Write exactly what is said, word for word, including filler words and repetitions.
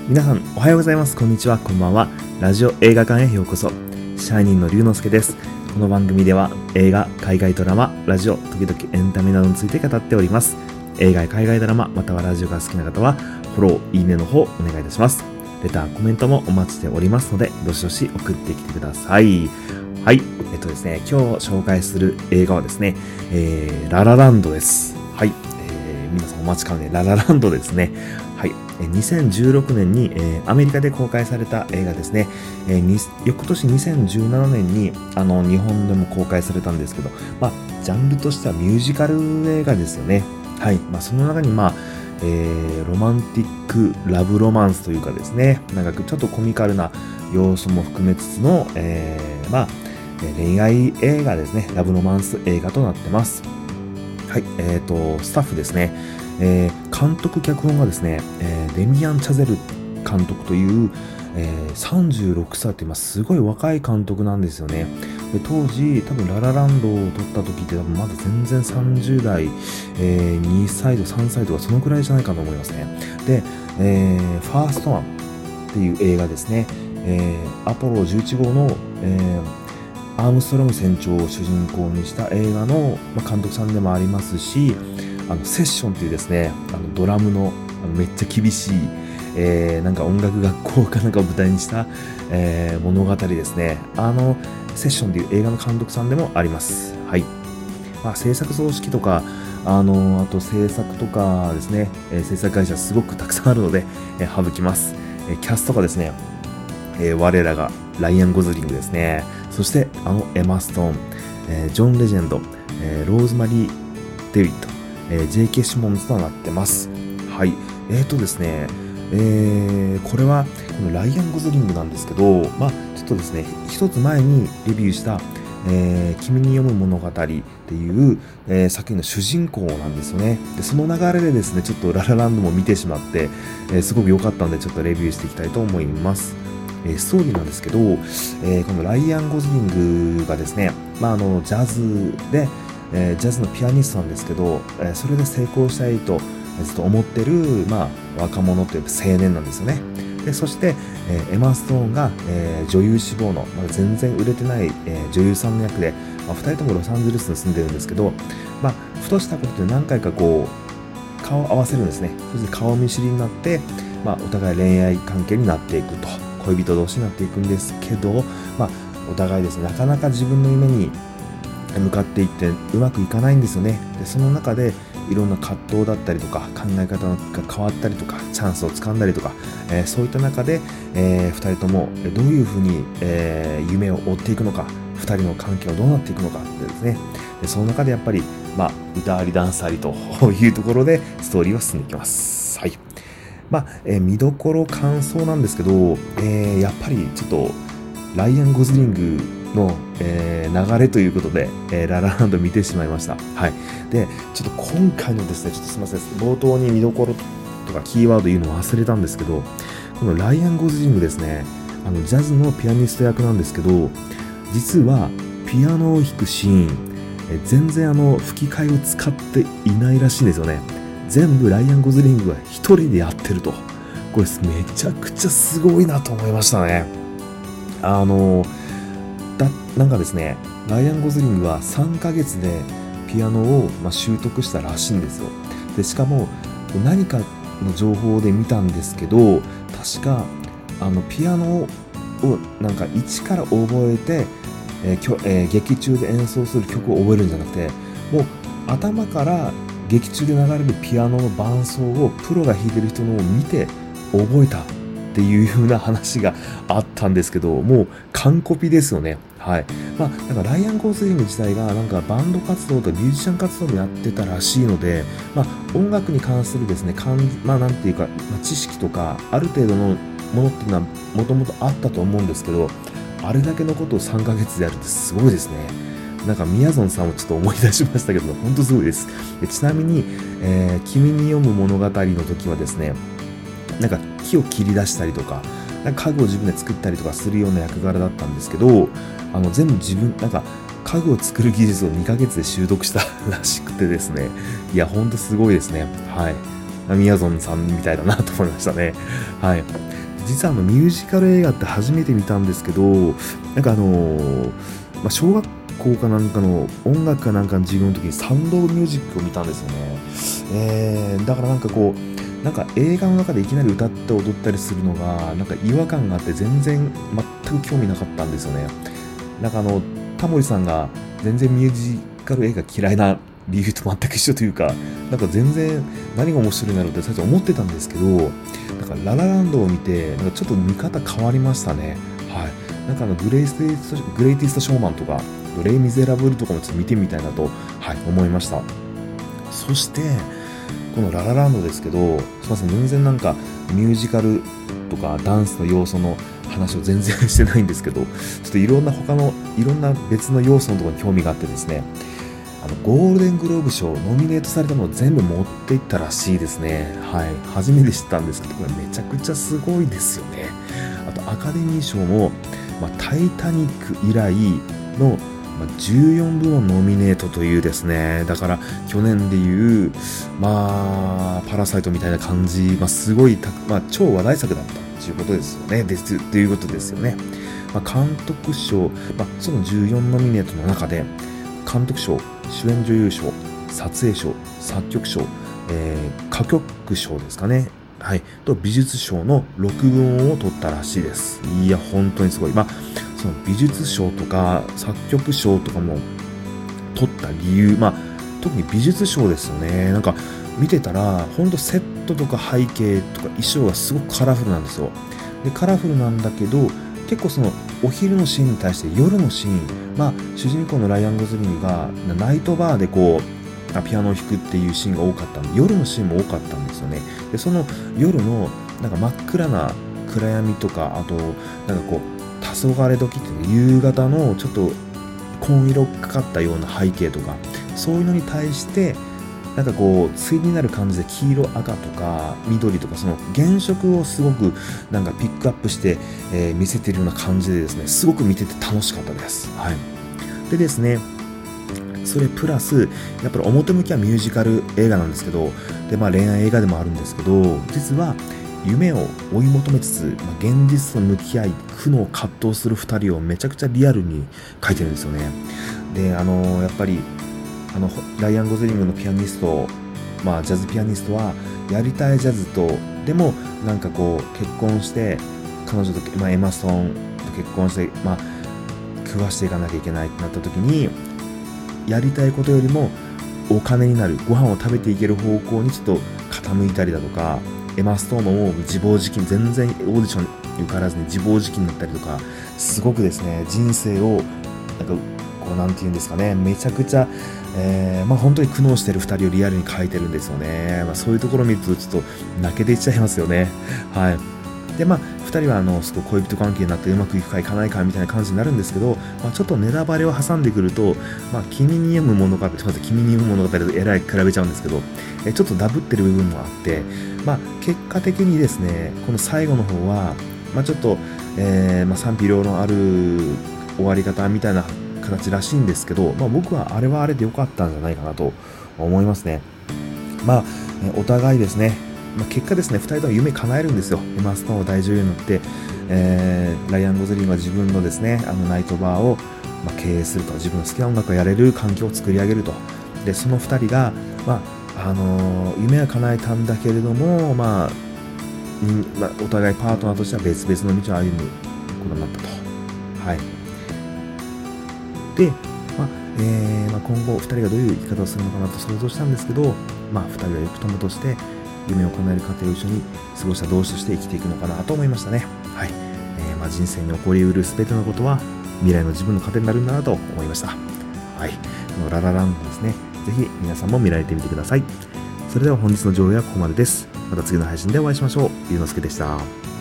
皆さんおはようございます。こんにちは、こんばんは。ラジオ映画館へようこそ。シャイニンの龍之介です。この番組では映画、海外ドラマ、ラジオ、時々エンタメなどについて語っております。映画や海外ドラマまたはラジオが好きな方はフォロー、いいねの方お願いいたします。レター、コメントもお待ちしておりますのでどしどし送ってきてください。はい、えっとですね今日紹介する映画はですね、えー、ララランドです。はい、えー、皆さんお待ちかねララランドですね。はい、にせんじゅうろくねんに、えー、アメリカで公開された映画ですね。えー、に翌年にせんじゅうななねんにあの日本でも公開されたんですけど、まあジャンルとしてはミュージカル映画ですよね。はい、まあ、その中にまあ、えー、ロマンティックラブロマンスというかですね、なんかちょっとコミカルな要素も含めつつの、えー、まあ恋愛映画ですね。ラブロマンス映画となってます。はい、えーとスタッフですね、えー、監督脚本がですね、えー、デミアン・チャゼル監督という、えー、さんじゅうろくさいって今すごい若い監督なんですよね。で当時多分ララランドを撮った時って多分まだ全然さんじゅう代、えー、にさいとかさんさいとかそのくらいじゃないかと思いますね。で、えー、ファーストマンっていう映画ですね、えー、アポロじゅういち号の、えーアームストロング船長を主人公にした映画の監督さんでもありますし、あのセッションっていうですね、あのドラムのあのめっちゃ厳しい、えー、なんか音楽学校かなんかを舞台にした、えー、物語ですね。あのセッションっていう映画の監督さんでもあります。はい。まあ、制作組織とか、あのあと制作とかですね、えー、制作会社すごくたくさんあるので、えー、省きます。えー、キャストがですね、えー、我らがライアン・ゴズリングですね。そしてあのエマ・ストーン、えー、ジョン・レジェンド、えー、ローズマリー・デビッド、えー、ジェイケー シモンズとなってます。はい。えーとですね、えー、これはこのライアン・ゴズリングなんですけど、まあちょっとですね、一つ前にレビューした、えー、君に読む物語っていう、えー、作品の主人公なんですよね。でその流れでですね、ちょっとララランドも見てしまって、えー、すごく良かったのでちょっとレビューしていきたいと思います。ストーリーなんですけど、えー、このライアン・ゴズリングがですね、まあ、あのジャズで、えー、ジャズのピアニストなんですけど、えー、それで成功したいとずっと思ってる、まあ、若者というか青年なんですよね。でそして、えー、エマ・ストーンが、えー、女優志望の、まだ全然売れてない、えー、女優さんの役で、まあ、ふたりともロサンゼルスに住んでるんですけど、まあ、ふとしたことで何回かこう顔を合わせるんですね。そして顔見知りになって、まあ、お互い恋愛関係になっていくと。恋人同士になっていくんですけど、まあ、お互いですね、なかなか自分の夢に向かっていってうまくいかないんですよね。でその中でいろんな葛藤だったりとか考え方が変わったりとかチャンスをつかんだりとか、えー、そういった中で、えー、ふたりともどういうふうに、えー、夢を追っていくのか、ふたりの関係はどうなっていくのかってですね。でその中でやっぱり、まあ、歌ありダンスありというところでストーリーは進んでいきます。はい。まあ、えー、見どころ感想なんですけど、えー、やっぱりちょっとライアン・ゴズリングの、えー、流れということで、えー、ララランド見てしまいました。はい。で、ちょっと今回のですね、ちょっとすみません、冒頭に見どころとかキーワード言うのを忘れたんですけど、このライアン・ゴズリングですね、あのジャズのピアニスト役なんですけど、実はピアノを弾くシーン、えー、全然あの吹き替えを使っていないらしいんですよね。全部ライアン・ゴズリングが一人でやってると。これめちゃくちゃすごいなと思いましたね。あのだなんかですね、ライアン・ゴズリングはさんかげつでピアノを、まあ、習得したらしいんですよ。でしかも何かの情報で見たんですけど、確かあのピアノをなんか一から覚えて、えーきょえー、劇中で演奏する曲を覚えるんじゃなくて、もう頭から劇中で流れるピアノの伴奏をプロが弾いてる人のを見て覚えたっていう風な話があったんですけど、もう完コピですよね。はい。まあなんかライアン・ゴズリング自体がなんかバンド活動とかミュージシャン活動もやってたらしいので、まあ音楽に関するですね、かんまあなんていうか、まあ、知識とかある程度のものっていうのはもともとあったと思うんですけど、あれだけのことをさんかげつでやるってすごいですね。なんかみやぞんさんをちょっと思い出しましたけど、本当すごいです。でちなみに、えー、君に読む物語の時はですね、なんか木を切り出したりとか、なんか家具を自分で作ったりとかするような役柄だったんですけど、あの全部自分なんか家具を作る技術をにかげつで習得したらしくてですね、いや本当すごいですね。はい。みやぞんさんみたいだなと思いましたね。はい。 実はあのミュージカル映画って初めて見たんですけど、なんかあのーまあ、小学校かなんかの音楽かなんかの授業の時にサウンドオブミュージックを見たんですよね。えー、だからなんかこうなんか映画の中でいきなり歌って踊ったりするのがなんか違和感があって全然全く興味なかったんですよね。なんかあのタモリさんが全然ミュージカル映画嫌いな理由と全く一緒というか、なんか全然何が面白いんだろうって最初思ってたんですけど、なんかララランドを見てなんかちょっと見方変わりましたね。はい。なんかあのグレイスティストグレイティストショーマンとかレイ・ミゼラブルとかもちょっと見てみたいなと、はい、思いました。そしてこのララランドですけど、すみません、全然なんかミュージカルとかダンスの要素の話を全然してないんですけど、ちょっといろんな他のいろんな別の要素のところに興味があってですね、あのゴールデングローブ賞ノミネートされたのを全部持っていったらしいですね。はい、初めて知ったんですけど、これめちゃくちゃすごいですよね。あとアカデミー賞も、まあ、タイタニック以来のじゅうよんぶもんノミネートというですね、だから去年でいうまあパラサイトみたいな感じ、まあ、すごいた、まあ、超話題作だったということですよね。ですということですよね。まあ、監督賞、まあ、そのじゅうよんノミネートの中で監督賞、主演女優賞、撮影賞、作曲賞、えー、歌曲賞ですかね。はい、と美術賞のろくぶんを取ったらしいです。いや本当にすごい。まあその美術賞とか作曲賞とかも取った理由、まあ特に美術賞ですよね。なんか見てたら本当セットとか背景とか衣装がすごくカラフルなんですよ。でカラフルなんだけど結構そのお昼のシーンに対して夜のシーン、まあ主人公のライアン・ゴズリングがナイトバーでこうピアノを弾くっていうシーンが多かったんで、夜のシーンも多かったんですよね。でその夜のなんか真っ暗な暗闇とか、あとなんかこう黄昏時っていう夕方のちょっと紺色かかったような背景とか、そういうのに対してなんかこう対になる感じで黄色、赤とか緑とかその原色をすごくなんかピックアップして、えー、見せてるような感じでですね、すごく見てて楽しかったです。はい。でですね、それプラスやっぱり表向きはミュージカル映画なんですけど、でまあ恋愛映画でもあるんですけど、実は夢を追い求めつつ、まあ、現実と向き合い苦悩を葛藤するふたりをめちゃくちゃリアルに描いてるんですよね。であのー、やっぱりあのライアン・ゴズリングのピアニスト、まあ、ジャズピアニストはやりたいジャズとでもなんかこう結婚して彼女と、まあ、エマストンと結婚して、まあ、食わしていかなきゃいけないってなった時にやりたいことよりもお金になるご飯を食べていける方向にちょっと傾いたりだとか、エマストーンも自暴自棄に全然オーディション受からずに自暴自棄になったりとか、すごくですね人生をなんかこうなんていうんですかね、めちゃくちゃ、えー、まあ本当に苦悩してるふたりをリアルに描いてるんですよね。まあ、そういうところを見るとちょっと泣けていっちゃいますよね。はい。でまあふたりはあのすごい恋人関係になってうまくいくかいかないかみたいな感じになるんですけど、まあ、ちょっとネタバレを挟んでくると、まあ、君に読む物語、すみません、君に読む物語とえらい比べちゃうんですけど、えちょっとダブってる部分もあって、まあ、結果的にですねこの最後の方は、まあ、ちょっと、えーまあ、賛否両論ある終わり方みたいな形らしいんですけど、まあ、僕はあれはあれで良かったんじゃないかなと思いますね。まあお互いですね、まあ、結果ですねふたりとも夢叶えるんですよ。エマストーンを大女優になって、えー、ライアン・ゴズリングは自分のですねあのナイトバーを、まあ、経営すると、自分の好きな音楽をやれる環境を作り上げると。でそのふたりが、まああのー、夢は叶えたんだけれども、まあまあ、お互いパートナーとしては別々の道を歩むことになったと。はい。で、まあえーまあ、今後ふたりがどういう生き方をするのかなと想像したんですけど、まあ、ふたりはよく友として夢を叶える過程を一緒に過ごした同志として生きていくのかなと思いましたね。はい。えーまあ、人生に起こりうる全てのことは未来の自分の糧になるんだなと思いました。はい。このララランドですね、ぜひ皆さんも見られてみてください。それでは本日の上映はここまでです。また次の配信でお会いしましょう。ゆうのすけでした。